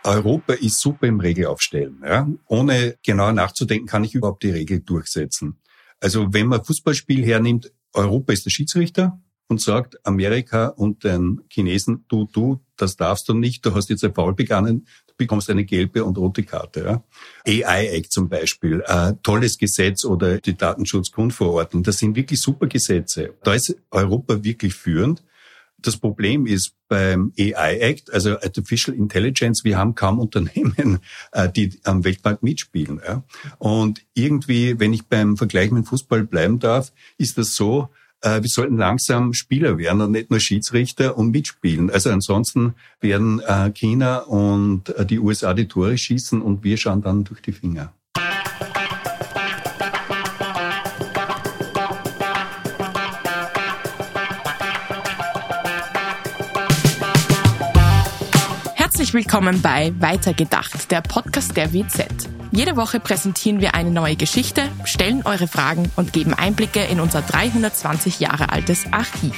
Europa ist super im Regelaufstellen. Ja? Ohne genauer nachzudenken, kann ich überhaupt die Regel durchsetzen. Also wenn man Fußballspiel hernimmt, Europa ist der Schiedsrichter und sagt Amerika und den Chinesen, du, das darfst du nicht, du hast jetzt ein Foul begangen, du bekommst eine gelbe und rote Karte. Ja? AI-Act zum Beispiel, tolles Gesetz oder die Datenschutzgrundverordnung, das sind wirklich super Gesetze. Da ist Europa wirklich führend. Das Problem ist beim AI-Act, also Artificial Intelligence, wir haben kaum Unternehmen, die am Weltmarkt mitspielen. Ja? Und irgendwie, wenn ich beim Vergleich mit dem Fußball bleiben darf, ist das so, wir sollten langsam Spieler werden und nicht nur Schiedsrichter und mitspielen. Also ansonsten werden China und die USA die Tore schießen und wir schauen dann durch die Finger. Herzlich willkommen bei Weitergedacht, der Podcast der WZ. Jede Woche präsentieren wir eine neue Geschichte, stellen eure Fragen und geben Einblicke in unser 320 Jahre altes Archiv.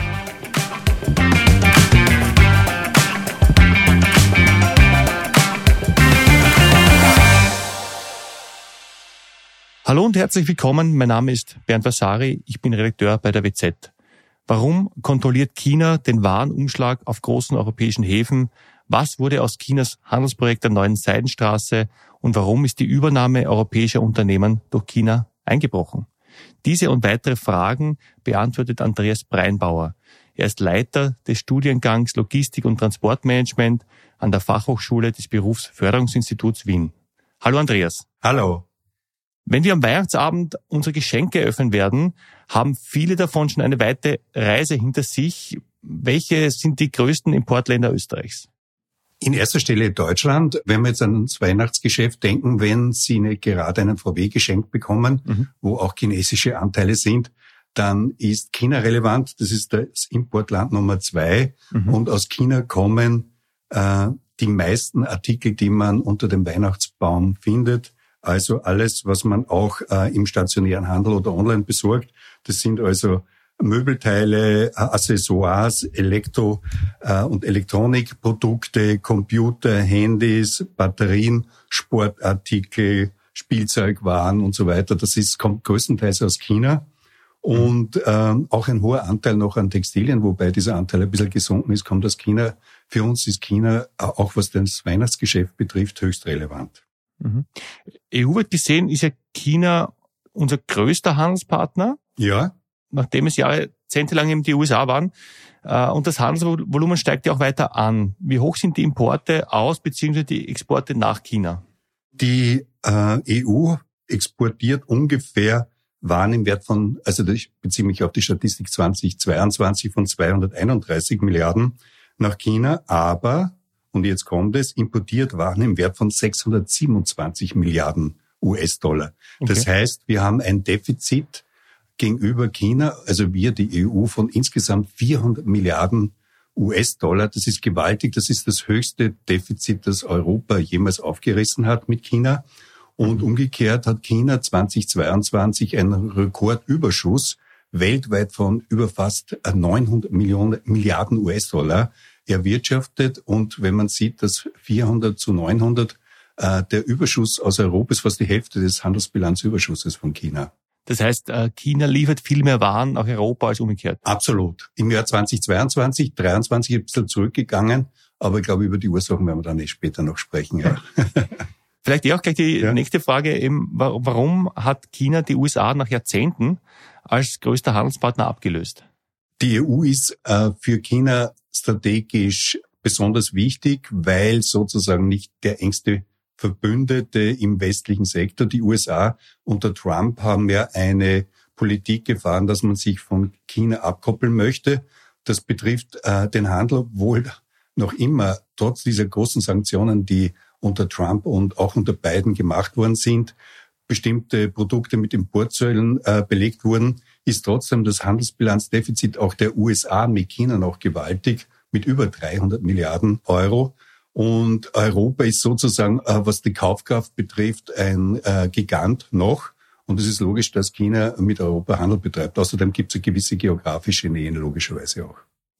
Hallo und herzlich willkommen, mein Name ist Bernd Vasari, ich bin Redakteur bei der WZ. Warum kontrolliert China den Warenumschlag auf großen europäischen Häfen? Was wurde aus Chinas Handelsprojekt der neuen Seidenstraße und warum ist die Übernahme europäischer Unternehmen durch China eingebrochen? Diese und weitere Fragen beantwortet Andreas Breinbauer. Er ist Leiter des Studiengangs Logistik und Transportmanagement an der Fachhochschule des Berufsförderungsinstituts Wien. Hallo Andreas. Hallo. Wenn wir am Weihnachtsabend unsere Geschenke öffnen werden, haben viele davon schon eine weite Reise hinter sich. Welche sind die größten Importländer Österreichs? In erster Stelle Deutschland. Wenn wir jetzt an das Weihnachtsgeschäft denken, wenn Sie nicht gerade einen VW geschenkt bekommen, wo auch chinesische Anteile sind, dann ist China relevant. Das ist das Importland Nummer 2. Und aus China kommen die meisten Artikel, die man unter dem Weihnachtsbaum findet. Also alles, was man auch im stationären Handel oder online besorgt. Das sind also Möbelteile, Accessoires, Elektro- und Elektronikprodukte, Computer, Handys, Batterien, Sportartikel, Spielzeugwaren und so weiter. Kommt größtenteils aus China. Und auch ein hoher Anteil noch an Textilien, wobei dieser Anteil ein bisschen gesunken ist, kommt aus China. Für uns ist China, auch was das Weihnachtsgeschäft betrifft, höchst relevant. EU-weit gesehen ist ja China unser größter Handelspartner. Ja. Nachdem es jahrzehntelang eben die USA waren. Und das Handelsvolumen steigt ja auch weiter an. Wie hoch sind die Importe aus bzw. die Exporte nach China? Die EU exportiert ungefähr Waren im Wert von, also ich beziehe mich auf die Statistik 2022 von 231 Milliarden nach China, aber, und jetzt kommt es, importiert Waren im Wert von 627 Milliarden US-Dollar. Okay. Das heißt, wir haben ein Defizit gegenüber China, also wir, die EU, von insgesamt 400 Milliarden US-Dollar. Das ist gewaltig. Das ist das höchste Defizit, das Europa jemals aufgerissen hat mit China. Und umgekehrt hat China 2022 einen Rekordüberschuss weltweit von über fast 900 Milliarden US-Dollar erwirtschaftet. Und wenn man sieht, dass 400 zu 900 der Überschuss aus Europa ist fast die Hälfte des Handelsbilanzüberschusses von China. Das heißt, China liefert viel mehr Waren nach Europa als umgekehrt. Absolut. Im Jahr 2022, 2023 ein bisschen zurückgegangen, aber ich glaube, über die Ursachen werden wir dann später noch sprechen. Ja. Vielleicht auch gleich die nächste Frage, eben, warum hat China die USA nach Jahrzehnten als größter Handelspartner abgelöst? Die EU ist für China strategisch besonders wichtig, weil sozusagen nicht der engste Verbündete im westlichen Sektor. Die USA unter Trump haben ja eine Politik gefahren, dass man sich von China abkoppeln möchte. Das betrifft den Handel, obwohl noch immer trotz dieser großen Sanktionen, die unter Trump und auch unter Biden gemacht worden sind, bestimmte Produkte mit Importzöllen belegt wurden, ist trotzdem das Handelsbilanzdefizit auch der USA mit China noch gewaltig, mit über 300 Milliarden Euro. Und Europa ist sozusagen, was die Kaufkraft betrifft, ein Gigant noch. Und es ist logisch, dass China mit Europa Handel betreibt. Außerdem gibt es eine gewisse geografische Nähe, logischerweise auch.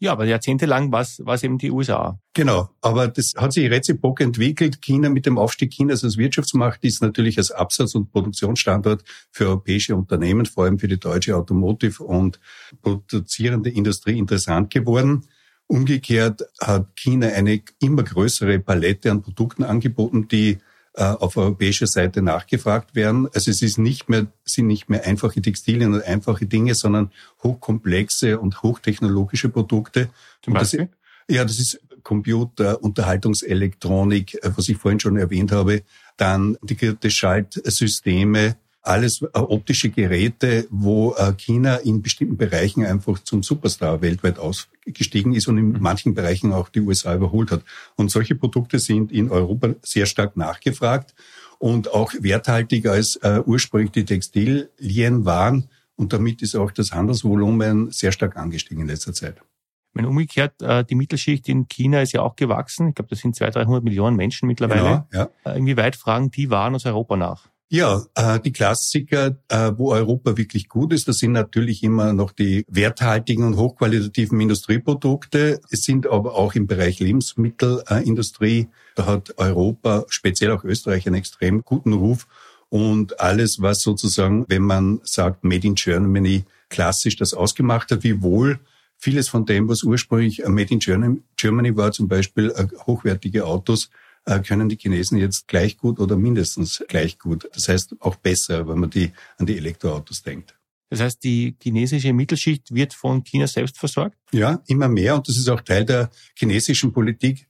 Ja, aber jahrzehntelang war es eben die USA. Genau, aber das hat sich rezipro entwickelt. China mit dem Aufstieg Chinas als Wirtschaftsmacht ist natürlich als Absatz- und Produktionsstandort für europäische Unternehmen, vor allem für die deutsche Automotive- und produzierende Industrie interessant geworden. Umgekehrt hat China eine immer größere Palette an Produkten angeboten, die auf europäischer Seite nachgefragt werden. Also es sind nicht mehr einfache Textilien und einfache Dinge, sondern hochkomplexe und hochtechnologische Produkte. Zum Beispiel? Das ist Computer, Unterhaltungselektronik, was ich vorhin schon erwähnt habe, dann integrierte Schaltsysteme, alles optische Geräte, wo China in bestimmten Bereichen einfach zum Superstar weltweit ausgestiegen ist und in manchen Bereichen auch die USA überholt hat. Und solche Produkte sind in Europa sehr stark nachgefragt und auch werthaltiger als ursprünglich die Textilien waren. Und damit ist auch das Handelsvolumen sehr stark angestiegen in letzter Zeit. Wenn umgekehrt, die Mittelschicht in China ist ja auch gewachsen. Ich glaube, das sind 200-300 Millionen Menschen mittlerweile. Genau, ja. Inwieweit fragen die Waren aus Europa nach? Ja, die Klassiker, wo Europa wirklich gut ist, das sind natürlich immer noch die werthaltigen und hochqualitativen Industrieprodukte. Es sind aber auch im Bereich Lebensmittelindustrie, da hat Europa, speziell auch Österreich, einen extrem guten Ruf. Und alles, was sozusagen, wenn man sagt Made in Germany, klassisch das ausgemacht hat, wiewohl vieles von dem, was ursprünglich Made in Germany war, zum Beispiel hochwertige Autos, können die Chinesen jetzt gleich gut oder mindestens gleich gut. Das heißt auch besser, wenn man an die Elektroautos denkt. Das heißt, die chinesische Mittelschicht wird von China selbst versorgt? Ja, immer mehr. Und das ist auch Teil der chinesischen Politik,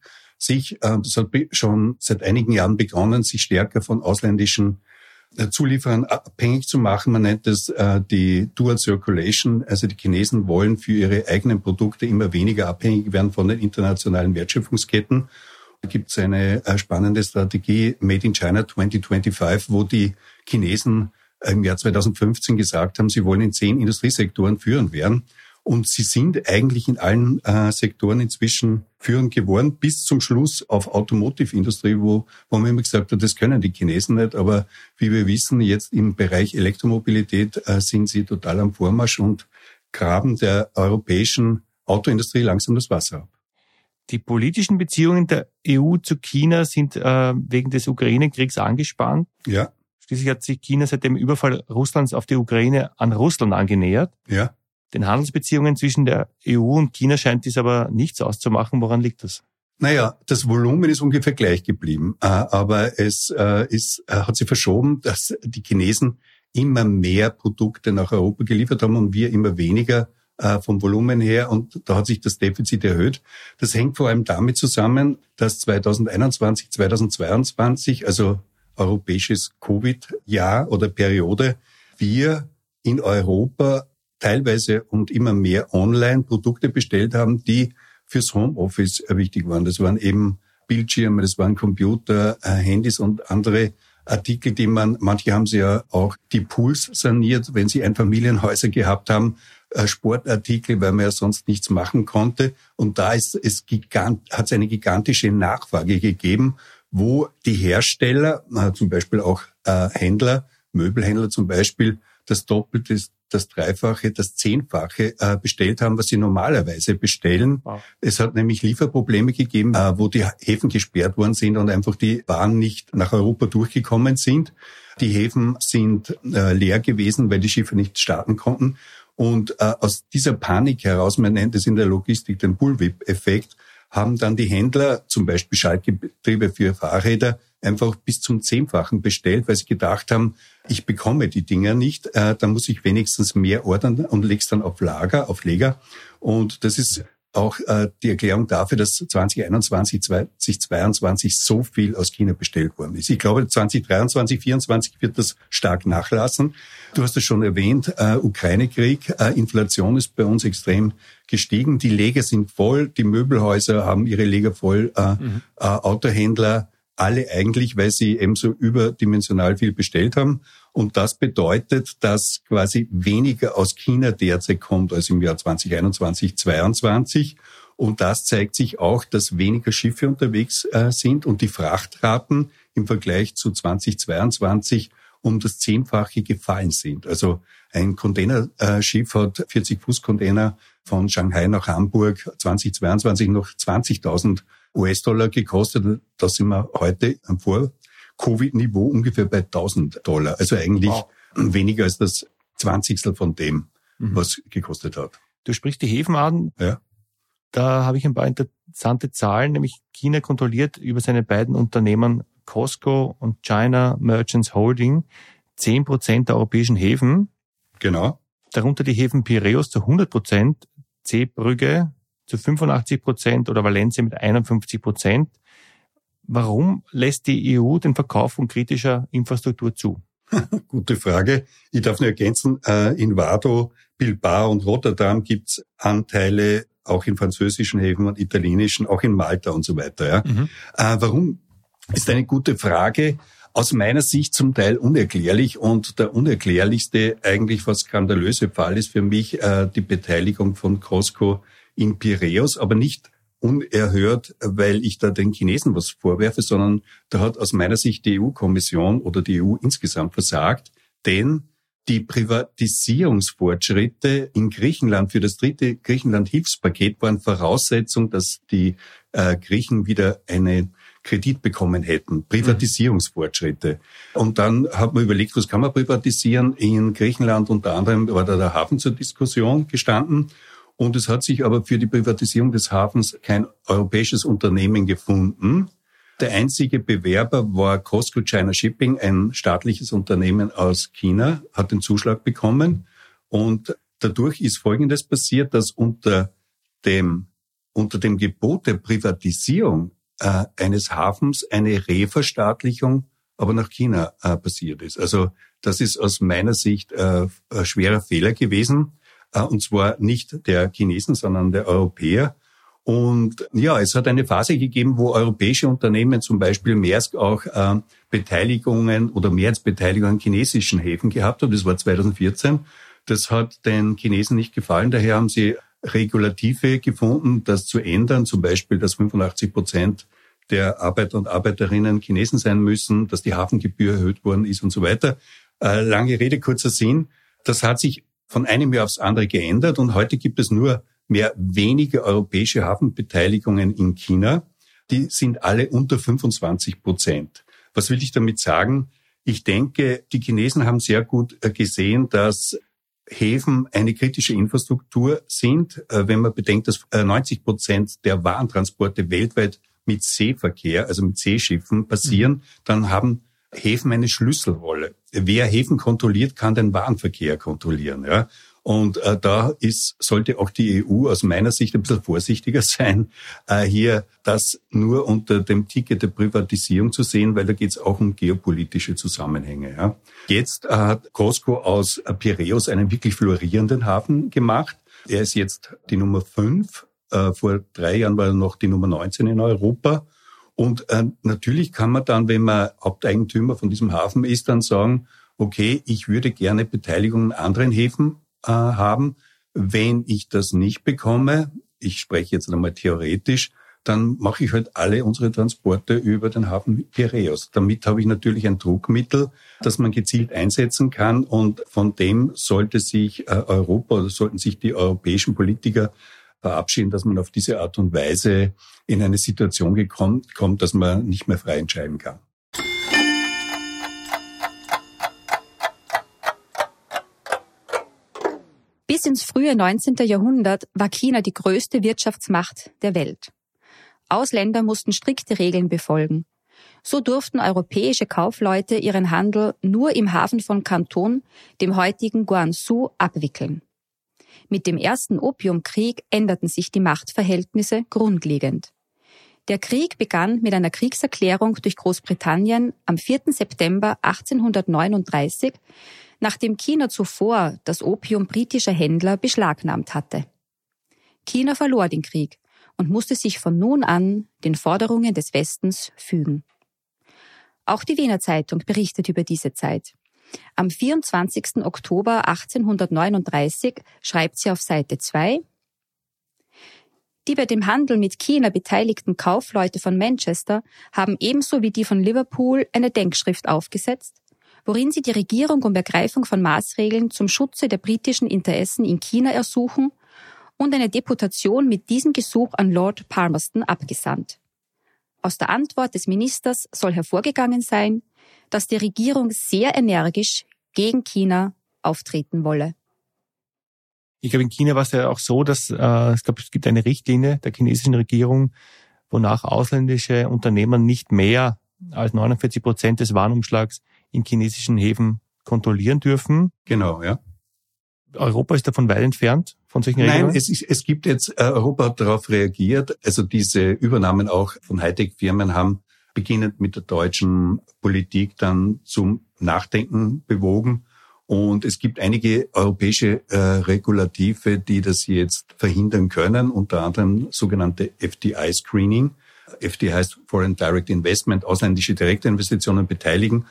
das hat schon seit einigen Jahren begonnen, sich stärker von ausländischen Zulieferern abhängig zu machen. Man nennt das die Dual Circulation. Also die Chinesen wollen für ihre eigenen Produkte immer weniger abhängig werden von den internationalen Wertschöpfungsketten. Da gibt es eine spannende Strategie, Made in China 2025, wo die Chinesen im Jahr 2015 gesagt haben, sie wollen in 10 Industriesektoren führend werden. Und sie sind eigentlich in allen Sektoren inzwischen führend geworden, bis zum Schluss auf Automotive-Industrie, wo man immer gesagt hat, das können die Chinesen nicht. Aber wie wir wissen, jetzt im Bereich Elektromobilität sind sie total am Vormarsch und graben der europäischen Autoindustrie langsam das Wasser ab. Die politischen Beziehungen der EU zu China sind wegen des Ukraine-Kriegs angespannt. Ja. Schließlich hat sich China seit dem Überfall Russlands auf die Ukraine an Russland angenähert. Ja. Den Handelsbeziehungen zwischen der EU und China scheint dies aber nichts auszumachen. Woran liegt das? Naja, das Volumen ist ungefähr gleich geblieben, aber es hat sich verschoben, dass die Chinesen immer mehr Produkte nach Europa geliefert haben und wir immer weniger vom Volumen her, und da hat sich das Defizit erhöht. Das hängt vor allem damit zusammen, dass 2021, 2022, also europäisches Covid-Jahr oder Periode, wir in Europa teilweise und immer mehr online Produkte bestellt haben, die fürs Homeoffice wichtig waren. Das waren eben Bildschirme, das waren Computer, Handys und andere Artikel, manche haben sie ja auch die Pools saniert, wenn sie Einfamilienhäuser gehabt haben, Sportartikel, weil man ja sonst nichts machen konnte. Und da hat es eine gigantische Nachfrage gegeben, wo die Hersteller, zum Beispiel auch Händler, Möbelhändler zum Beispiel, das Doppelte, das Dreifache, das Zehnfache bestellt haben, was sie normalerweise bestellen. Wow. Es hat nämlich Lieferprobleme gegeben, wo die Häfen gesperrt worden sind und einfach die Waren nicht nach Europa durchgekommen sind. Die Häfen sind leer gewesen, weil die Schiffe nicht starten konnten. Und aus dieser Panik heraus, man nennt es in der Logistik den Bullwhip-Effekt, haben dann die Händler, zum Beispiel Schaltgetriebe für Fahrräder, einfach bis zum 10-fachen bestellt, weil sie gedacht haben, ich bekomme die Dinger nicht, da muss ich wenigstens mehr ordern und leg's dann auf Leger. Und das ist auch die Erklärung dafür, dass 2021, 2022 so viel aus China bestellt worden ist. Ich glaube, 2023, 2024 wird das stark nachlassen. Du hast es schon erwähnt, Ukraine-Krieg, Inflation ist bei uns extrem gestiegen. Die Lager sind voll, die Möbelhäuser haben ihre Lager voll, Autohändler, alle eigentlich, weil sie eben so überdimensional viel bestellt haben. Und das bedeutet, dass quasi weniger aus China derzeit kommt als im Jahr 2021, 2022. Und das zeigt sich auch, dass weniger Schiffe unterwegs sind und die Frachtraten im Vergleich zu 2022 um das 10-fache gefallen sind. Also ein Containerschiff hat 40-Fuß-Container von Shanghai nach Hamburg 2022 noch 20.000 US-Dollar gekostet. Da sind wir heute am Vor-Covid-Niveau ungefähr bei $1.000. Also eigentlich weniger als das 20. von dem, was gekostet hat. Du sprichst die Häfen an. Ja. Da habe ich ein paar interessante Zahlen, nämlich China kontrolliert über seine beiden Unternehmen COSCO und China Merchants Holding 10% der europäischen Häfen. Genau. Darunter die Häfen Piräus zu 100%, Zeebrügge zu 85% oder Valencia mit 51%. Warum lässt die EU den Verkauf von kritischer Infrastruktur zu? Gute Frage. Ich darf nur ergänzen, in Vado, Bilbao und Rotterdam gibt's Anteile, auch in französischen Häfen und italienischen, auch in Malta und so weiter. Ja. Warum? Ist eine gute Frage. Aus meiner Sicht zum Teil unerklärlich, und der unerklärlichste, eigentlich fast skandalöse Fall ist für mich die Beteiligung von COSCO in Piräus, aber nicht unerhört, weil ich da den Chinesen was vorwerfe, sondern da hat aus meiner Sicht die EU-Kommission oder die EU insgesamt versagt, denn die Privatisierungsfortschritte in Griechenland für das 3. Griechenland-Hilfspaket waren Voraussetzung, dass die Griechen wieder einen Kredit bekommen hätten. Privatisierungsfortschritte. Und dann hat man überlegt, was kann man privatisieren? In Griechenland unter anderem war da der Hafen zur Diskussion gestanden. Und es hat sich aber für die Privatisierung des Hafens kein europäisches Unternehmen gefunden. Der einzige Bewerber war COSCO China Shipping, ein staatliches Unternehmen aus China, hat den Zuschlag bekommen. Und dadurch ist Folgendes passiert, dass unter dem Gebot der Privatisierung eines Hafens eine Reverstaatlichung aber nach China passiert ist. Also das ist aus meiner Sicht ein schwerer Fehler gewesen. Und zwar nicht der Chinesen, sondern der Europäer. Und ja, es hat eine Phase gegeben, wo europäische Unternehmen, zum Beispiel Maersk, auch Beteiligungen oder Mehrheitsbeteiligungen an chinesischen Häfen gehabt hat. Das war 2014. Das hat den Chinesen nicht gefallen. Daher haben sie Regulative gefunden, das zu ändern. Zum Beispiel, dass 85% der Arbeiter und Arbeiterinnen Chinesen sein müssen, dass die Hafengebühr erhöht worden ist und so weiter. Lange Rede, kurzer Sinn. Das hat sich von einem Jahr aufs andere geändert und heute gibt es nur mehr wenige europäische Hafenbeteiligungen in China. Die sind alle unter 25%. Was will ich damit sagen? Ich denke, die Chinesen haben sehr gut gesehen, dass Häfen eine kritische Infrastruktur sind. Wenn man bedenkt, dass 90% der Warentransporte weltweit mit Seeverkehr, also mit Seeschiffen passieren, dann haben Häfen eine Schlüsselrolle. Wer Häfen kontrolliert, kann den Warenverkehr kontrollieren. Ja? Und sollte auch die EU aus meiner Sicht ein bisschen vorsichtiger sein, hier das nur unter dem Ticket der Privatisierung zu sehen, weil da geht es auch um geopolitische Zusammenhänge. Ja. Jetzt hat COSCO aus Piräus einen wirklich florierenden Hafen gemacht. Er ist jetzt die Nummer 5. Vor 3 Jahren war er noch die Nummer 19 in Europa. Und natürlich kann man dann, wenn man Haupteigentümer von diesem Hafen ist, dann sagen, okay, ich würde gerne Beteiligung an anderen Häfen haben. Wenn ich das nicht bekomme, ich spreche jetzt einmal theoretisch, dann mache ich halt alle unsere Transporte über den Hafen Piräus. Damit habe ich natürlich ein Druckmittel, das man gezielt einsetzen kann, und von dem sollte sich Europa oder sollten sich die europäischen Politiker verabschieden, dass man auf diese Art und Weise in eine Situation kommt, dass man nicht mehr frei entscheiden kann. Bis ins frühe 19. Jahrhundert war China die größte Wirtschaftsmacht der Welt. Ausländer mussten strikte Regeln befolgen. So durften europäische Kaufleute ihren Handel nur im Hafen von Kanton, dem heutigen Guangzhou, abwickeln. Mit dem ersten Opiumkrieg änderten sich die Machtverhältnisse grundlegend. Der Krieg begann mit einer Kriegserklärung durch Großbritannien am 4. September 1839, nachdem China zuvor das Opium britischer Händler beschlagnahmt hatte. China verlor den Krieg und musste sich von nun an den Forderungen des Westens fügen. Auch die Wiener Zeitung berichtet über diese Zeit. Am 24. Oktober 1839 schreibt sie auf Seite 2: Die bei dem Handel mit China beteiligten Kaufleute von Manchester haben ebenso wie die von Liverpool eine Denkschrift aufgesetzt, worin sie die Regierung um Ergreifung von Maßregeln zum Schutze der britischen Interessen in China ersuchen und eine Deputation mit diesem Gesuch an Lord Palmerston abgesandt. Aus der Antwort des Ministers soll hervorgegangen sein, dass die Regierung sehr energisch gegen China auftreten wolle. Ich glaube, in China war es ja auch so, dass es gibt eine Richtlinie der chinesischen Regierung, wonach ausländische Unternehmer nicht mehr als 49% des Warenumschlags in chinesischen Häfen kontrollieren dürfen. Genau, ja. Europa ist davon weit entfernt, von solchen Regelungen? Nein, es gibt jetzt, Europa hat darauf reagiert. Also diese Übernahmen auch von Hightech-Firmen haben beginnend mit der deutschen Politik dann zum Nachdenken bewogen. Und es gibt einige europäische Regulative, die das jetzt verhindern können, unter anderem sogenannte FDI-Screening. FDI heißt Foreign Direct Investment, ausländische Direktinvestitionen beteiligen.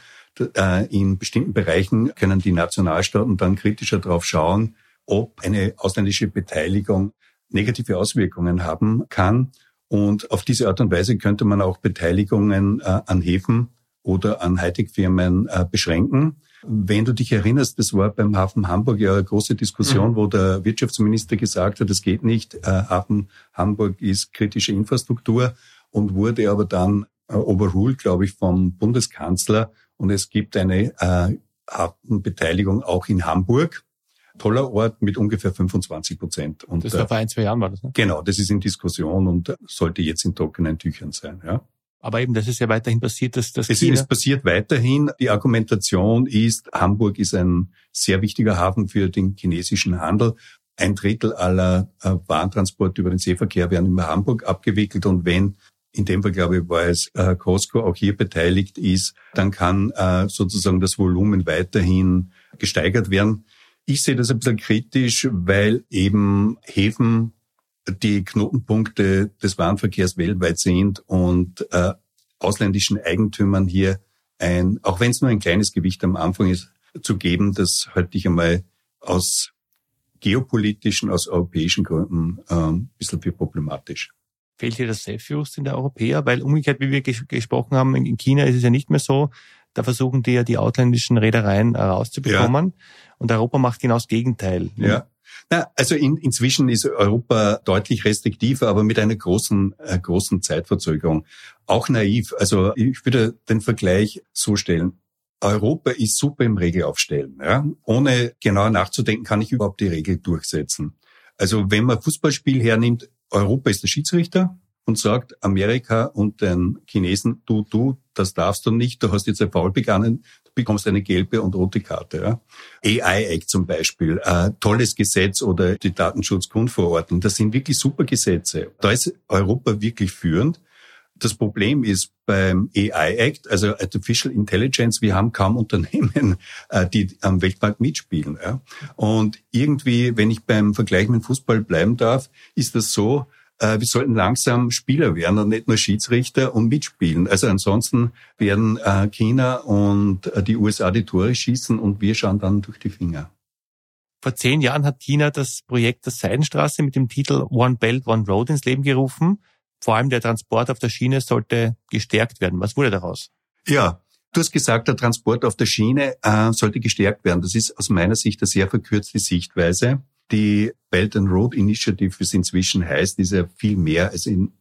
In bestimmten Bereichen können die Nationalstaaten dann kritischer drauf schauen, ob eine ausländische Beteiligung negative Auswirkungen haben kann. Und auf diese Art und Weise könnte man auch Beteiligungen an Häfen oder an Hightech-Firmen beschränken. Wenn du dich erinnerst, das war beim Hafen Hamburg ja eine große Diskussion, wo der Wirtschaftsminister gesagt hat, es geht nicht, Hafen Hamburg ist kritische Infrastruktur und wurde aber dann overruled, glaube ich, vom Bundeskanzler. Und es gibt eine Hafenbeteiligung auch in Hamburg. Toller Ort mit ungefähr 25%. Und das war vor 1-2 Jahren, war das, ne? Genau, das ist in Diskussion und sollte jetzt in trockenen Tüchern sein, ja. Aber eben, das ist ja weiterhin passiert, dass Es passiert weiterhin. Die Argumentation ist, Hamburg ist ein sehr wichtiger Hafen für den chinesischen Handel. 1/3 aller Warentransporte über den Seeverkehr werden über Hamburg abgewickelt. Und wenn, in dem Fall glaube ich, war es Costco auch hier beteiligt ist, dann kann sozusagen das Volumen weiterhin gesteigert werden. Ich sehe das ein bisschen kritisch, weil eben Häfen die Knotenpunkte des Warenverkehrs weltweit sind und ausländischen Eigentümern hier auch wenn es nur ein kleines Gewicht am Anfang ist, zu geben, das halte ich einmal aus geopolitischen, aus europäischen Gründen ein bisschen für problematisch. Fehlt hier das Selbstbewusstsein der Europäer? Weil umgekehrt, wie wir gesprochen haben, in China ist es ja nicht mehr so. Da versuchen die ja die ausländischen Reedereien rauszubekommen. Ja. Und Europa macht genau das Gegenteil. Ja. Also inzwischen ist Europa deutlich restriktiver, aber mit einer großen Zeitverzögerung. Auch naiv. Also ich würde den Vergleich so stellen. Europa ist super im Regelaufstellen. Ja? Ohne genauer nachzudenken, kann ich überhaupt die Regel durchsetzen. Also wenn man ein Fußballspiel hernimmt, Europa ist der Schiedsrichter und sagt Amerika und den Chinesen, du, das darfst du nicht, du hast jetzt ein Foul begangen, du bekommst eine gelbe und rote Karte. Ja? AI-Act zum Beispiel, tolles Gesetz oder die Datenschutzgrundverordnung, das sind wirklich super Gesetze. Da ist Europa wirklich führend. Das Problem ist beim AI-Act, also Artificial Intelligence, wir haben kaum Unternehmen, die am Weltmarkt mitspielen. Ja? Und irgendwie, wenn ich beim Vergleich mit dem Fußball bleiben darf, ist das so, wir sollten langsam Spieler werden und nicht nur Schiedsrichter und mitspielen. Also ansonsten werden China und die USA die Tore schießen und wir schauen dann durch die Finger. Vor 10 Jahren hat China das Projekt der Seidenstraße mit dem Titel One Belt, One Road ins Leben gerufen. Vor allem der Transport auf der Schiene sollte gestärkt werden. Was wurde daraus? Ja, du hast gesagt, der Transport auf der Schiene sollte gestärkt werden. Das ist aus meiner Sicht eine sehr verkürzte Sichtweise. Die Belt and Road Initiative, wie es inzwischen heißt, ist ja viel mehr als ein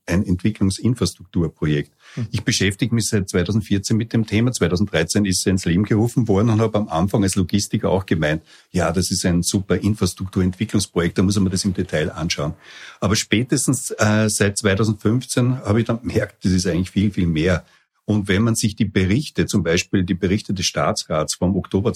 Entwicklungsinfrastrukturprojekt. Ich beschäftige mich seit 2014 mit dem Thema. 2013 ist es ins Leben gerufen worden und habe am Anfang als Logistiker auch gemeint, ja, das ist ein super Infrastrukturentwicklungsprojekt, da muss man das im Detail anschauen. Aber spätestens seit 2015 habe ich dann gemerkt, das ist eigentlich viel, viel mehr. Und wenn man sich die Berichte, zum Beispiel die Berichte des Staatsrats vom Oktober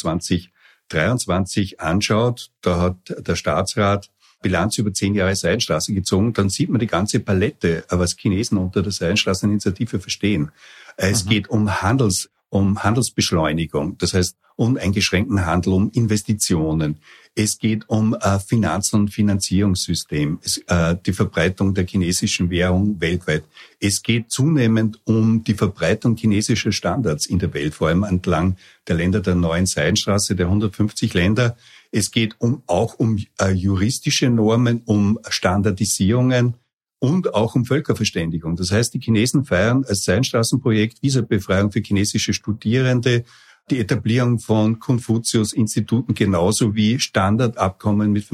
2023 anschaut, da hat der Staatsrat Bilanz über 10 Jahre Seidenstraße gezogen, dann sieht man die ganze Palette, was Chinesen unter der Seidenstraßeninitiative verstehen. Es geht um Handelsbeschleunigung, das heißt uneingeschränkten Handel, um Investitionen. Es geht um Finanz- und Finanzierungssystem, die Verbreitung der chinesischen Währung weltweit. Es geht zunehmend um die Verbreitung chinesischer Standards in der Welt, vor allem entlang der Länder der neuen Seidenstraße, der 150 Länder. Es geht auch um juristische Normen, um Standardisierungen und auch um Völkerverständigung. Das heißt, die Chinesen feiern als Seidenstraßenprojekt Visabefreiung für chinesische Studierende, die Etablierung von Konfuzius-Instituten genauso wie Standardisierungsabkommen mit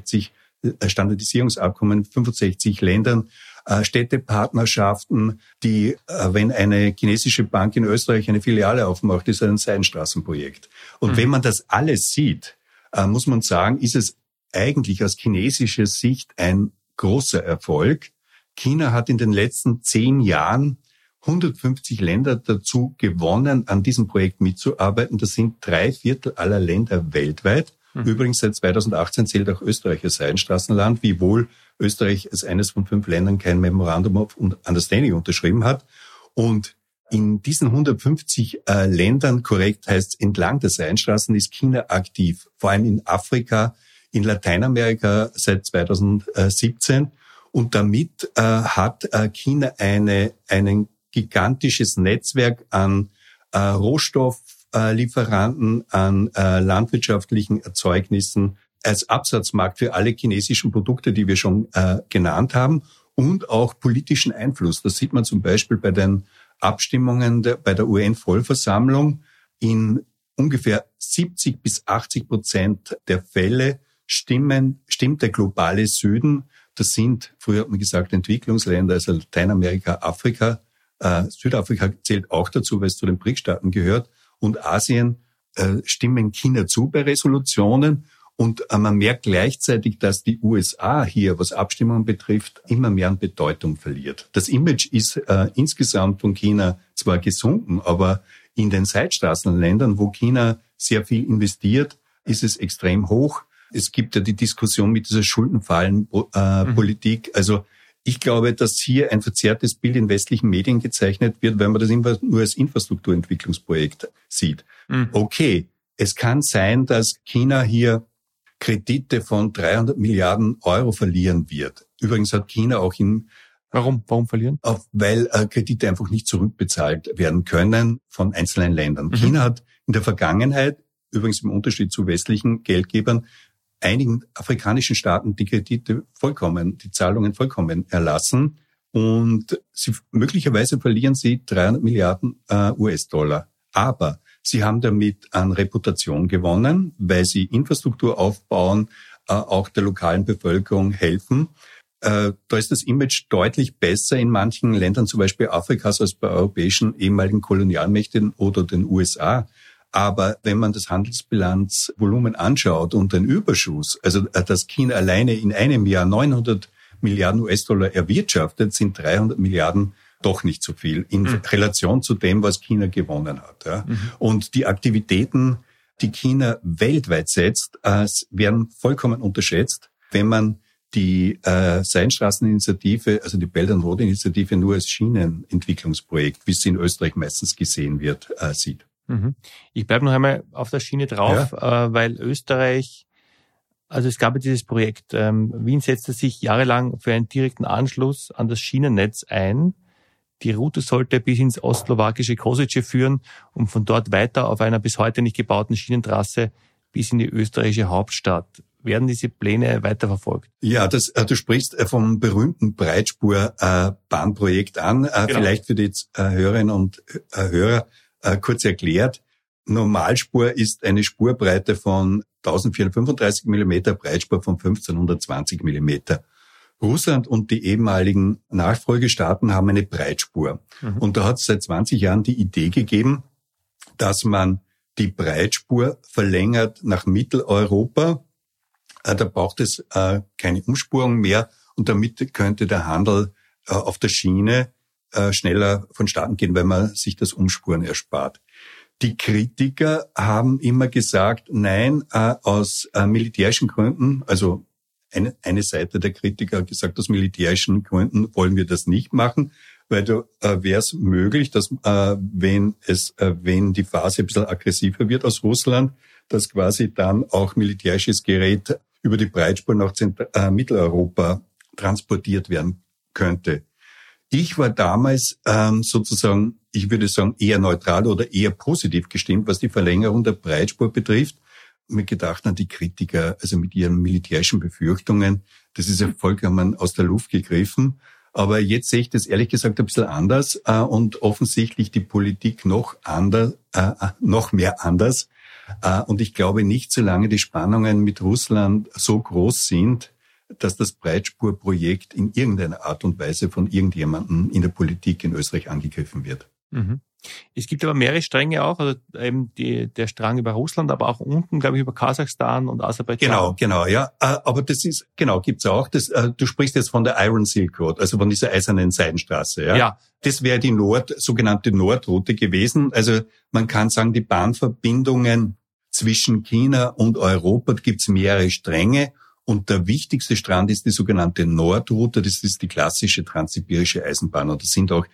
65 Ländern, Städtepartnerschaften, die, wenn eine chinesische Bank in Österreich eine Filiale aufmacht, ist ein Seidenstraßenprojekt. Und wenn man das alles sieht, muss man sagen, ist es eigentlich aus chinesischer Sicht ein großer Erfolg. China hat in den letzten 10 Jahren 150 Länder dazu gewonnen, an diesem Projekt mitzuarbeiten. Das sind 3/4 aller Länder weltweit. Übrigens seit 2018 zählt auch Österreich als Seidenstraßenland, wiewohl Österreich als eines von 5 Ländern kein Memorandum of Understanding unterschrieben hat. Und in diesen 150 Ländern, korrekt heißt entlang der Seidenstraßen, ist China aktiv. Vor allem in Afrika, in Lateinamerika seit 2017. Und damit hat China ein gigantisches Netzwerk an Rohstofflieferanten, an landwirtschaftlichen Erzeugnissen als Absatzmarkt für alle chinesischen Produkte, die wir schon genannt haben, und auch politischen Einfluss. Das sieht man zum Beispiel bei den Abstimmungen bei der UN-Vollversammlung. In ungefähr 70-80% der Fälle stimmt der globale Süden. Das sind, früher hat man gesagt, Entwicklungsländer, also Lateinamerika, Afrika. Südafrika zählt auch dazu, weil es zu den BRIC-Staaten gehört. Und Asien stimmen China zu bei Resolutionen. Und man merkt gleichzeitig, dass die USA hier, was Abstimmungen betrifft, immer mehr an Bedeutung verliert. Das Image ist insgesamt von China zwar gesunken, aber in den Seitstraßenländern, wo China sehr viel investiert, ist es extrem hoch. Es gibt ja die Diskussion mit dieser Schuldenfallenpolitik. Also ich glaube, dass hier ein verzerrtes Bild in westlichen Medien gezeichnet wird, weil man das immer nur als Infrastrukturentwicklungsprojekt sieht. Okay, es kann sein, dass China hier Kredite von 300 Milliarden Euro verlieren wird. Übrigens hat China auch Warum verlieren? Weil Kredite einfach nicht zurückbezahlt werden können von einzelnen Ländern. China hat in der Vergangenheit, übrigens im Unterschied zu westlichen Geldgebern, einigen afrikanischen Staaten die Zahlungen vollkommen erlassen. Und möglicherweise verlieren sie 300 Milliarden US-Dollar. Aber sie haben damit an Reputation gewonnen, weil sie Infrastruktur aufbauen, auch der lokalen Bevölkerung helfen. Da ist das Image deutlich besser in manchen Ländern, zum Beispiel Afrikas, als bei europäischen ehemaligen Kolonialmächten oder den USA. Aber wenn man das Handelsbilanzvolumen anschaut und den Überschuss, also dass China alleine in einem Jahr 900 Milliarden US-Dollar erwirtschaftet, sind 300 Milliarden doch nicht so viel in Relation zu dem, was China gewonnen hat. Ja. Und die Aktivitäten, die China weltweit setzt, werden vollkommen unterschätzt, wenn man die Seidenstraßeninitiative, also die Belt and Road Initiative nur als Schienenentwicklungsprojekt, wie es in Österreich meistens gesehen wird, sieht. Ich bleibe noch einmal auf der Schiene drauf, weil Österreich, also es gab ja dieses Projekt, Wien setzte sich jahrelang für einen direkten Anschluss an das Schienennetz ein. Die Route sollte bis ins ostslowakische Kosice führen und von dort weiter auf einer bis heute nicht gebauten Schienentrasse bis in die österreichische Hauptstadt. Werden diese Pläne weiterverfolgt? Ja, du sprichst vom berühmten Breitspur-Bahnprojekt an. Genau. Vielleicht für die Hörerinnen und Hörer kurz erklärt. Normalspur ist eine Spurbreite von 1435 mm, Breitspur von 1520 mm. Russland und die ehemaligen Nachfolgestaaten haben eine Breitspur. Und da hat es seit 20 Jahren die Idee gegeben, dass man die Breitspur verlängert nach Mitteleuropa. Da braucht es keine Umspurung mehr und damit könnte der Handel auf der Schiene schneller vonstatten gehen, weil man sich das Umspuren erspart. Die Kritiker haben immer gesagt, nein, aus militärischen Gründen, also eine Seite der Kritiker hat gesagt, aus militärischen Gründen wollen wir das nicht machen, weil da wäre es möglich, dass wenn die Phase ein bisschen aggressiver wird aus Russland, dass quasi dann auch militärisches Gerät über die Breitspur nach Mitteleuropa transportiert werden könnte. Ich war damals sozusagen, ich würde sagen, eher neutral oder eher positiv gestimmt, was die Verlängerung der Breitspur betrifft. Mir gedacht, die Kritiker, also mit ihren militärischen Befürchtungen, das ist ja vollkommen aus der Luft gegriffen. Aber jetzt sehe ich das ehrlich gesagt ein bisschen anders und offensichtlich die Politik noch mehr anders. Und ich glaube nicht, solange die Spannungen mit Russland so groß sind, dass das Breitspurprojekt in irgendeiner Art und Weise von irgendjemandem in der Politik in Österreich angegriffen wird. Mhm. Es gibt aber mehrere Stränge auch, also eben der Strang über Russland, aber auch unten, glaube ich, über Kasachstan und Aserbaidschan. Genau, ja. Aber das ist, gibt's auch. Du sprichst jetzt von der Iron Silk Road, also von dieser eisernen Seidenstraße, ja. Ja. Das wäre die sogenannte Nordroute gewesen. Also man kann sagen, die Bahnverbindungen zwischen China und Europa, da gibt's mehrere Stränge. Und der wichtigste Strang ist die sogenannte Nordroute. Das ist die klassische transsibirische Eisenbahn. Und da sind auch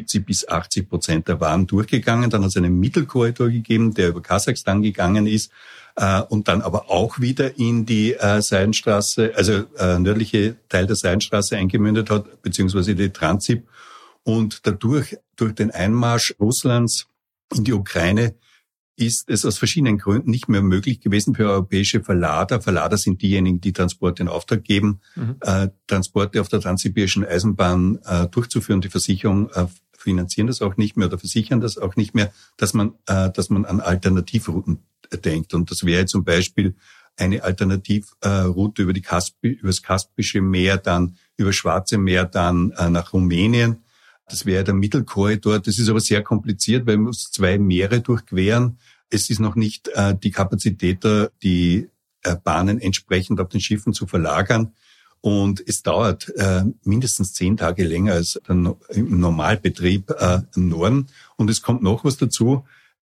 70-80% der Waren durchgegangen. Dann hat es einen Mittelkorridor gegeben, der über Kasachstan gegangen ist. Und dann aber auch wieder in die Seidenstraße, also nördliche Teil der Seidenstraße eingemündet hat, beziehungsweise die Transsib. Und dadurch, durch den Einmarsch Russlands in die Ukraine, ist es aus verschiedenen Gründen nicht mehr möglich gewesen für europäische Verlader. Verlader sind diejenigen, die Transporte in Auftrag geben, Transporte auf der transsibirischen Eisenbahn durchzuführen. Die Versicherungen finanzieren das auch nicht mehr oder versichern das auch nicht mehr, dass man an Alternativrouten denkt. Und das wäre zum Beispiel eine Alternativroute über das Kaspische Meer, dann über Schwarze Meer, dann nach Rumänien. Das wäre der Mittelkorridor. Das ist aber sehr kompliziert, weil man muss 2 Meere durchqueren. Es ist noch nicht die Kapazität da, die Bahnen entsprechend auf den Schiffen zu verlagern. Und es dauert mindestens 10 Tage länger als im Normalbetrieb im Norden. Und es kommt noch was dazu,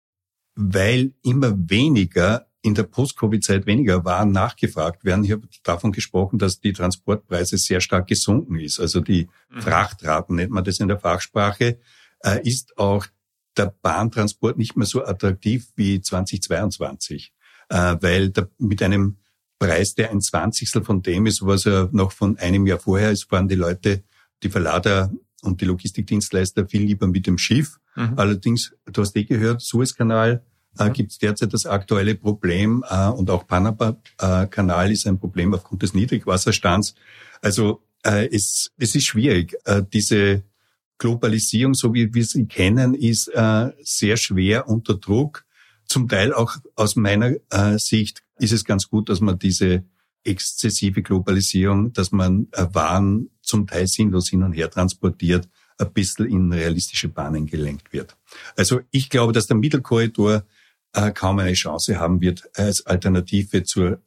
weil immer weniger in der Post-Covid-Zeit weniger Waren nachgefragt werden. Ich habe davon gesprochen, dass die Transportpreise sehr stark gesunken ist. Also die Frachtraten, nennt man das in der Fachsprache, ist auch der Bahntransport nicht mehr so attraktiv wie 2022, weil mit einem Preis, der ein 20. von dem ist, was er noch von einem Jahr vorher ist, fahren die Leute, die Verlader und die Logistikdienstleister viel lieber mit dem Schiff. Allerdings, du hast gehört, Suezkanal, gibt es derzeit das aktuelle Problem und auch Panama-Kanal ist ein Problem aufgrund des Niedrigwasserstands. Also es ist schwierig. Diese Globalisierung, so wie wir sie kennen, ist sehr schwer unter Druck. Zum Teil auch aus meiner Sicht ist es ganz gut, dass man diese exzessive Globalisierung, dass man Waren zum Teil sinnlos hin und her transportiert, ein bisschen in realistische Bahnen gelenkt wird. Also ich glaube, dass der Mittelkorridor kaum eine Chance haben wird als Alternative zu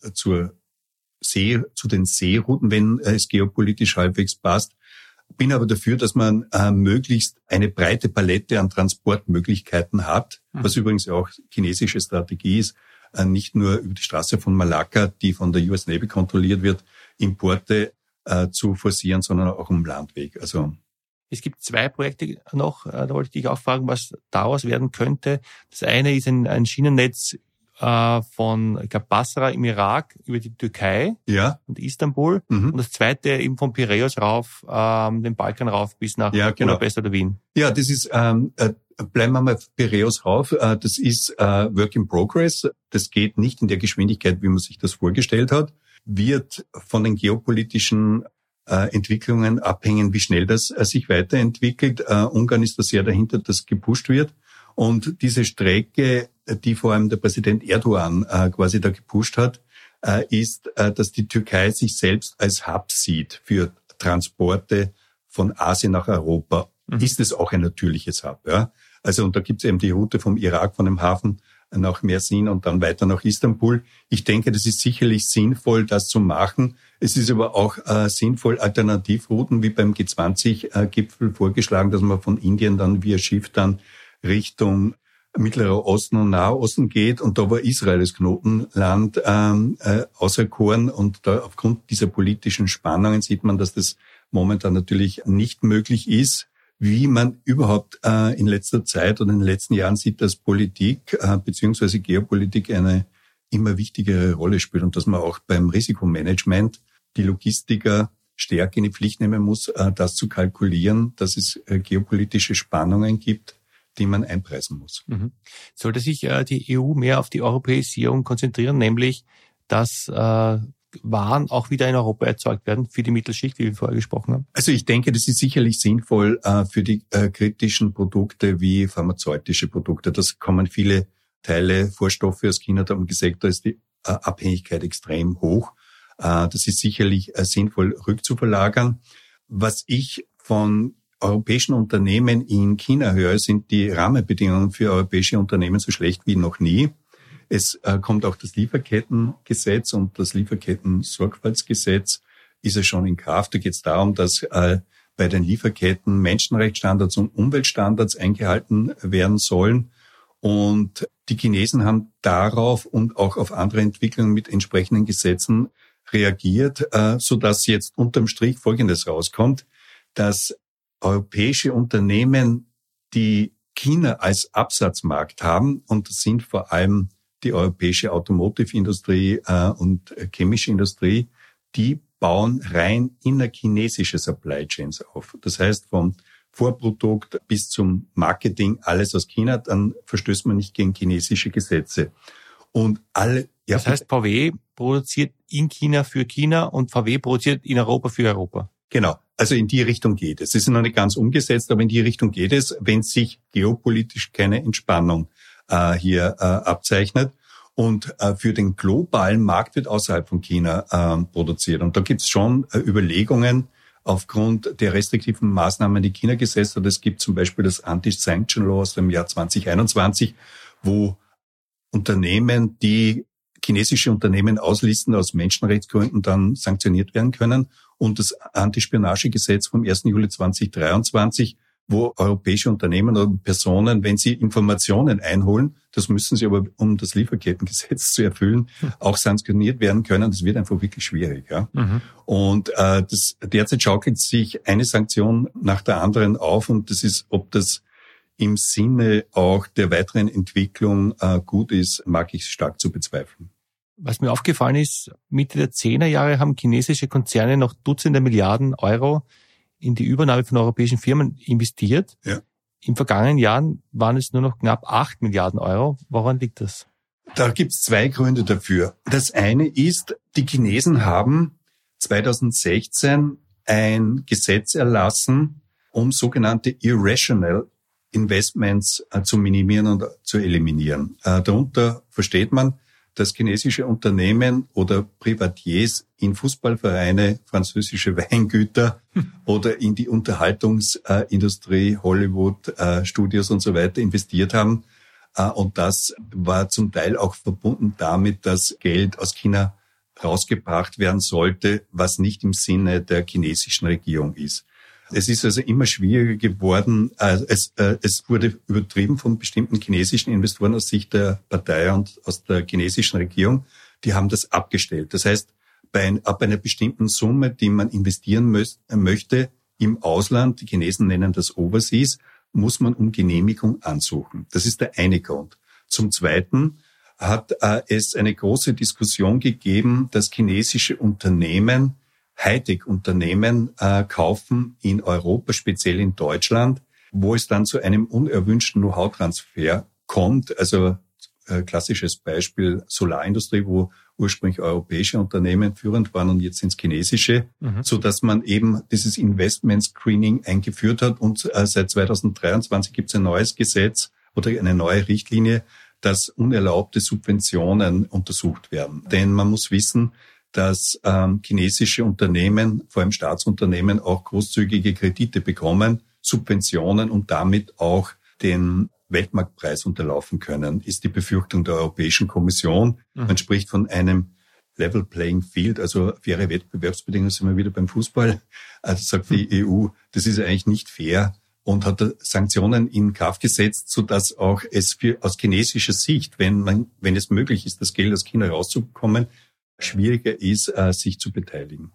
den Seerouten, wenn es geopolitisch halbwegs passt. Bin aber dafür, dass man möglichst eine breite Palette an Transportmöglichkeiten hat, was übrigens auch chinesische Strategie ist, nicht nur über die Straße von Malakka, die von der US Navy kontrolliert wird, Importe zu forcieren, sondern auch um Landweg. Also es gibt 2 Projekte noch, da wollte ich dich auch fragen, was daraus werden könnte. Das eine ist ein Schienennetz von, ich glaube, Basra im Irak über die Türkei und Istanbul. Und das zweite eben von Piräus rauf, den Balkan rauf bis nach Budapest oder Wien. Ja, das ist, bleiben wir mal Piräus rauf. Das ist Work in Progress. Das geht nicht in der Geschwindigkeit, wie man sich das vorgestellt hat. Wird von den geopolitischen Entwicklungen abhängen, wie schnell das sich weiterentwickelt. Ungarn ist da sehr dahinter, dass gepusht wird. Und diese Strecke, die vor allem der Präsident Erdogan quasi da gepusht hat, ist, dass die Türkei sich selbst als Hub sieht für Transporte von Asien nach Europa. Ist es auch ein natürliches Hub, ja? Also, und da gibt es eben die Route vom Irak, von dem Hafen nach Mersin und dann weiter nach Istanbul. Ich denke, das ist sicherlich sinnvoll, das zu machen. Es ist aber auch sinnvoll, Alternativrouten wie beim G20-Gipfel vorgeschlagen, dass man von Indien dann via Schiff dann Richtung Mittlerer Osten und Nahe Osten geht. Und da war Israel das Knotenland auserkoren. Und da aufgrund dieser politischen Spannungen sieht man, dass das momentan natürlich nicht möglich ist. Wie man überhaupt in letzter Zeit oder in den letzten Jahren sieht, dass Politik beziehungsweise Geopolitik eine immer wichtigere Rolle spielt und dass man auch beim Risikomanagement die Logistiker stärker in die Pflicht nehmen muss, das zu kalkulieren, dass es geopolitische Spannungen gibt, die man einpreisen muss. Sollte sich die EU mehr auf die Europäisierung konzentrieren, nämlich dass Waren auch wieder in Europa erzeugt werden für die Mittelschicht, wie wir vorher gesprochen haben? Also ich denke, das ist sicherlich sinnvoll für die kritischen Produkte wie pharmazeutische Produkte. Das kommen viele Teile, Vorstoffe aus China, da haben gesagt, da ist die Abhängigkeit extrem hoch. Das ist sicherlich sinnvoll rückzuverlagern. Was ich von europäischen Unternehmen in China höre, sind die Rahmenbedingungen für europäische Unternehmen so schlecht wie noch nie. Es kommt auch das Lieferkettengesetz und das Lieferketten-Sorgfaltsgesetz ist ja schon in Kraft. Da geht es darum, dass bei den Lieferketten Menschenrechtsstandards und Umweltstandards eingehalten werden sollen. Und die Chinesen haben darauf und auch auf andere Entwicklungen mit entsprechenden Gesetzen reagiert, sodass jetzt unterm Strich Folgendes rauskommt, dass europäische Unternehmen, die China als Absatzmarkt haben, und das sind vor allem die europäische Automotive-Industrie und chemische Industrie, die bauen rein innerchinesische Supply Chains auf. Das heißt, vom Vorprodukt bis zum Marketing, alles aus China, dann verstößt man nicht gegen chinesische Gesetze. Und alle, ja, das heißt, VW produziert in China für China und VW produziert in Europa für Europa. Genau. Also in die Richtung geht es. Es ist noch nicht ganz umgesetzt, aber in die Richtung geht es, wenn sich geopolitisch keine Entspannung hier abzeichnet. Und für den globalen Markt wird außerhalb von China produziert. Und da gibt es schon Überlegungen aufgrund der restriktiven Maßnahmen, die China gesetzt hat. Es gibt zum Beispiel das Anti-Sanction Law aus dem Jahr 2021, wo Unternehmen, die chinesische Unternehmen auslisten aus Menschenrechtsgründen, dann sanktioniert werden können. Und das Antispionagegesetz vom 1. Juli 2023, wo europäische Unternehmen oder Personen, wenn sie Informationen einholen, das müssen sie aber, um das Lieferkettengesetz zu erfüllen, auch sanktioniert werden können. Das wird einfach wirklich schwierig. Ja? Und derzeit schaukelt sich eine Sanktion nach der anderen auf, und das ist, ob das im Sinne auch der weiteren Entwicklung gut ist, mag ich stark zu bezweifeln. Was mir aufgefallen ist, Mitte der 10er Jahre haben chinesische Konzerne noch Dutzende Milliarden Euro in die Übernahme von europäischen Firmen investiert. Ja. Im vergangenen Jahren waren es nur noch knapp 8 Milliarden Euro. Woran liegt das? Da gibt es zwei Gründe dafür. Das eine ist, die Chinesen haben 2016 ein Gesetz erlassen, um sogenannte irrational Investments zu minimieren und zu eliminieren. Darunter versteht man, dass chinesische Unternehmen oder Privatiers in Fußballvereine, französische Weingüter oder in die Unterhaltungsindustrie, Hollywood, Studios und so weiter investiert haben. Und das war zum Teil auch verbunden damit, dass Geld aus China rausgebracht werden sollte, was nicht im Sinne der chinesischen Regierung ist. Es ist also immer schwieriger geworden. Es wurde übertrieben von bestimmten chinesischen Investoren aus Sicht der Partei und aus der chinesischen Regierung. Die haben das abgestellt. Das heißt, ab einer bestimmten Summe, die man investieren möchte im Ausland, die Chinesen nennen das Overseas, muss man um Genehmigung ansuchen. Das ist der eine Grund. Zum Zweiten hat es eine große Diskussion gegeben, dass chinesische Unternehmen, Hightech-Unternehmen kaufen in Europa, speziell in Deutschland, wo es dann zu einem unerwünschten Know-how-Transfer kommt. Also klassisches Beispiel Solarindustrie, wo ursprünglich europäische Unternehmen führend waren und jetzt sind es chinesische, so dass man eben dieses Investment-Screening eingeführt hat. Und seit 2023 gibt es ein neues Gesetz oder eine neue Richtlinie, dass unerlaubte Subventionen untersucht werden. Denn man muss wissen, dass chinesische Unternehmen, vor allem Staatsunternehmen, auch großzügige Kredite bekommen, Subventionen und damit auch den Weltmarktpreis unterlaufen können, ist die Befürchtung der Europäischen Kommission. Man spricht von einem Level Playing Field, also faire Wettbewerbsbedingungen, sind wir wieder beim Fußball. Also sagt die EU, das ist eigentlich nicht fair und hat Sanktionen in Kraft gesetzt, sodass auch es aus chinesischer Sicht, wenn es möglich ist, das Geld aus China rauszubekommen, schwieriger ist, sich zu beteiligen.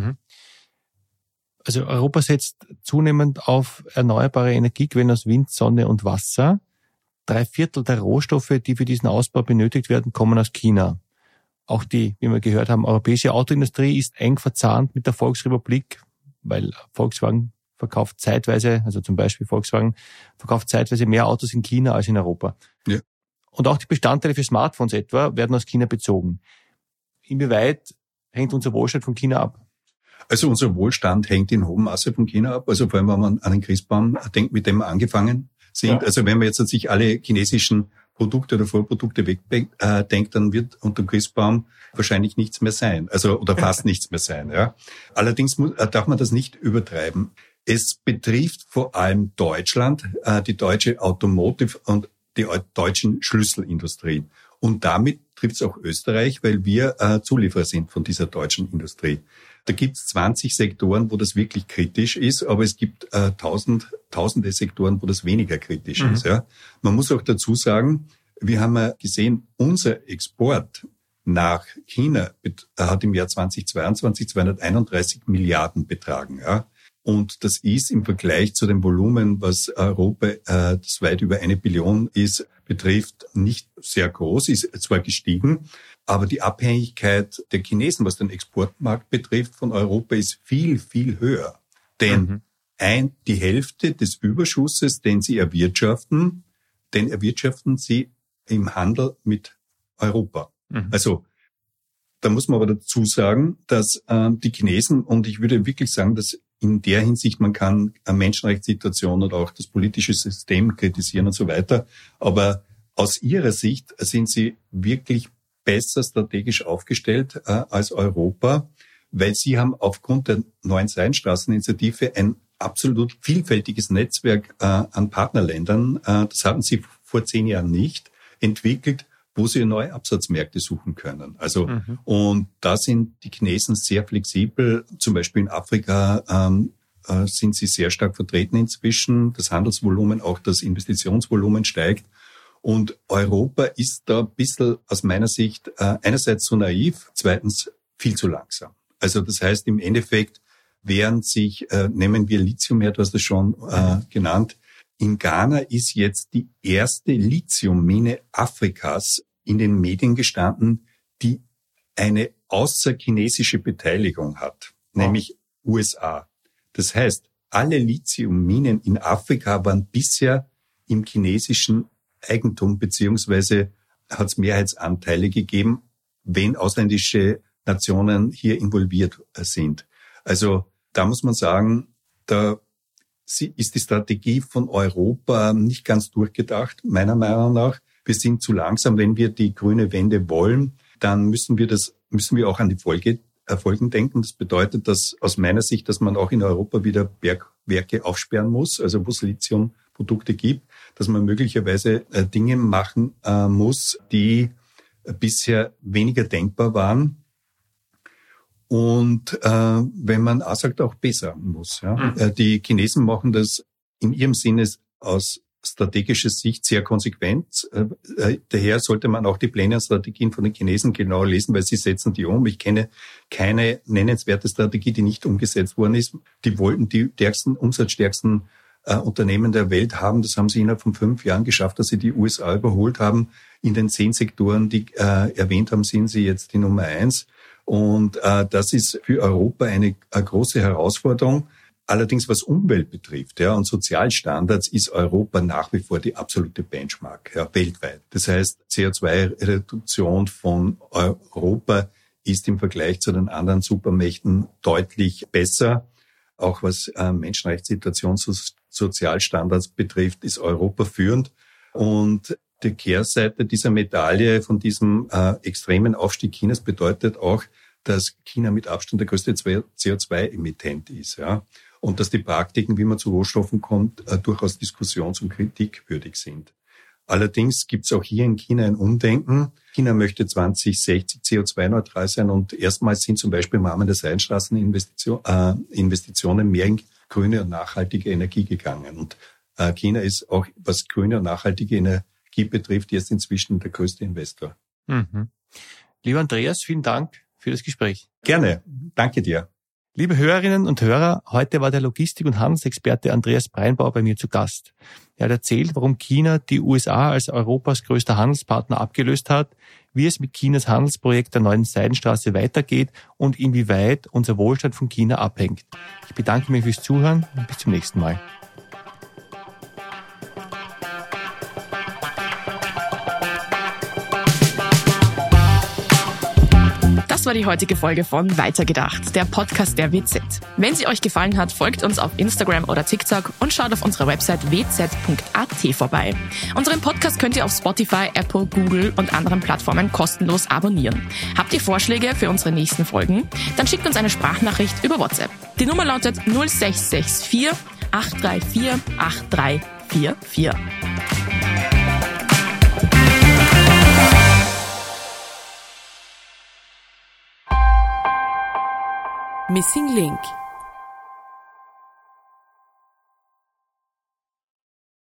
Also Europa setzt zunehmend auf erneuerbare Energiequellen aus Wind, Sonne und Wasser. 3/4 der Rohstoffe, die für diesen Ausbau benötigt werden, kommen aus China. Auch die, wie wir gehört haben, europäische Autoindustrie ist eng verzahnt mit der Volksrepublik, weil Volkswagen verkauft zeitweise, also zum Beispiel Volkswagen, verkauft zeitweise mehr Autos in China als in Europa. Ja. Und auch die Bestandteile für Smartphones etwa werden aus China bezogen. Inwieweit hängt unser Wohlstand von China ab? Also unser Wohlstand hängt in hohem Maße von China ab. Also vor allem, wenn man an den Christbaum denkt, mit dem wir angefangen sind. Ja. Also wenn man jetzt sich alle chinesischen Produkte oder Vorprodukte wegdenkt, dann wird unter dem Christbaum wahrscheinlich nichts mehr sein. Also, oder fast nichts mehr sein, ja. Allerdings darf man das nicht übertreiben. Es betrifft vor allem Deutschland, die deutsche Automotive und die deutschen Schlüsselindustrien. Und damit trifft es auch Österreich, weil wir Zulieferer sind von dieser deutschen Industrie. Da gibt es 20 Sektoren, wo das wirklich kritisch ist, aber es gibt tausende Sektoren, wo das weniger kritisch ist. Ja. Man muss auch dazu sagen, wir haben ja gesehen, unser Export nach China hat im Jahr 2022 231 Milliarden betragen. Ja. Und das ist im Vergleich zu dem Volumen, was Europa, das weit über 1 Billion ist, betrifft, nicht sehr groß, ist zwar gestiegen, aber die Abhängigkeit der Chinesen, was den Exportmarkt betrifft, von Europa ist viel, viel höher. Denn die Hälfte des Überschusses, den sie erwirtschaften, den erwirtschaften sie im Handel mit Europa. Also da muss man aber dazu sagen, dass die Chinesen, und ich würde wirklich sagen, dass in der Hinsicht, man kann eine Menschenrechtssituation oder auch das politische System kritisieren und so weiter. Aber aus ihrer Sicht sind sie wirklich besser strategisch aufgestellt als Europa, weil sie haben aufgrund der neuen Seidenstraßeninitiative ein absolut vielfältiges Netzwerk an Partnerländern. Das hatten sie vor 10 Jahren nicht entwickelt, wo sie neue Absatzmärkte suchen können. Also, und da sind die Chinesen sehr flexibel. Zum Beispiel in Afrika sind sie sehr stark vertreten inzwischen. Das Handelsvolumen, auch das Investitionsvolumen steigt. Und Europa ist da ein bisschen aus meiner Sicht einerseits zu naiv, zweitens viel zu langsam. Also das heißt im Endeffekt, während sich, nehmen wir Lithium her, du hast das schon genannt, in Ghana ist jetzt die erste Lithiummine Afrikas in den Medien gestanden, die eine außerchinesische Beteiligung hat, nämlich USA. Das heißt, alle Lithiumminen in Afrika waren bisher im chinesischen Eigentum, beziehungsweise hat es Mehrheitsanteile gegeben, wenn ausländische Nationen hier involviert sind. Also da muss man sagen, da ist die Strategie von Europa nicht ganz durchgedacht, meiner Meinung nach. Wir sind zu langsam. Wenn wir die grüne Wende wollen, dann müssen wir auch an die Folgen denken. Das bedeutet, dass aus meiner Sicht, dass man auch in Europa wieder Bergwerke aufsperren muss, also wo es Lithiumprodukte gibt, dass man möglicherweise Dinge machen muss, die bisher weniger denkbar waren. Und wenn man auch sagt, auch besser muss. Ja. Die Chinesen machen das in ihrem Sinne aus strategischer Sicht sehr konsequent. Daher sollte man auch die Pläne und Strategien von den Chinesen genau lesen, weil sie setzen die um. Ich kenne keine nennenswerte Strategie, die nicht umgesetzt worden ist. Die wollten die umsatzstärksten Unternehmen der Welt haben. Das haben sie innerhalb von 5 Jahren geschafft, dass sie die USA überholt haben. In den 10 Sektoren, die erwähnt haben, sind sie jetzt die Nummer 1. Und das ist für Europa eine große Herausforderung. Allerdings, was Umwelt betrifft, ja, und Sozialstandards, ist Europa nach wie vor die absolute Benchmark, ja, weltweit. Das heißt, CO2-Reduktion von Europa ist im Vergleich zu den anderen Supermächten deutlich besser. Auch was Menschenrechtssituation, Sozialstandards betrifft, ist Europa führend. Und die Kehrseite dieser Medaille von diesem extremen Aufstieg Chinas bedeutet auch, dass China mit Abstand der größte CO2-Emittent ist, ja, und dass die Praktiken, wie man zu Rohstoffen kommt, durchaus diskussions- und kritikwürdig sind. Allerdings gibt es auch hier in China ein Umdenken. China möchte 2060 CO2-neutral sein und erstmals sind zum Beispiel im Rahmen der Seidenstraßeninvestitionen mehr in grüne und nachhaltige Energie gegangen. Und China ist auch, was grüne und nachhaltige Energie betrifft, jetzt inzwischen der größte Investor. Lieber Andreas, vielen Dank für das Gespräch. Gerne. Danke dir. Liebe Hörerinnen und Hörer, heute war der Logistik- und Handelsexperte Andreas Breinbauer bei mir zu Gast. Er hat erzählt, warum China die USA als Europas größter Handelspartner abgelöst hat, wie es mit Chinas Handelsprojekt der neuen Seidenstraße weitergeht und inwieweit unser Wohlstand von China abhängt. Ich bedanke mich fürs Zuhören und bis zum nächsten Mal. Das Das war die heutige Folge von Weitergedacht, der Podcast der WZ. Wenn sie euch gefallen hat, folgt uns auf Instagram oder TikTok und schaut auf unserer Website wz.at vorbei. Unseren Podcast könnt ihr auf Spotify, Apple, Google und anderen Plattformen kostenlos abonnieren. Habt ihr Vorschläge für unsere nächsten Folgen? Dann schickt uns eine Sprachnachricht über WhatsApp. Die Nummer lautet 0664 834 8344. Missing Link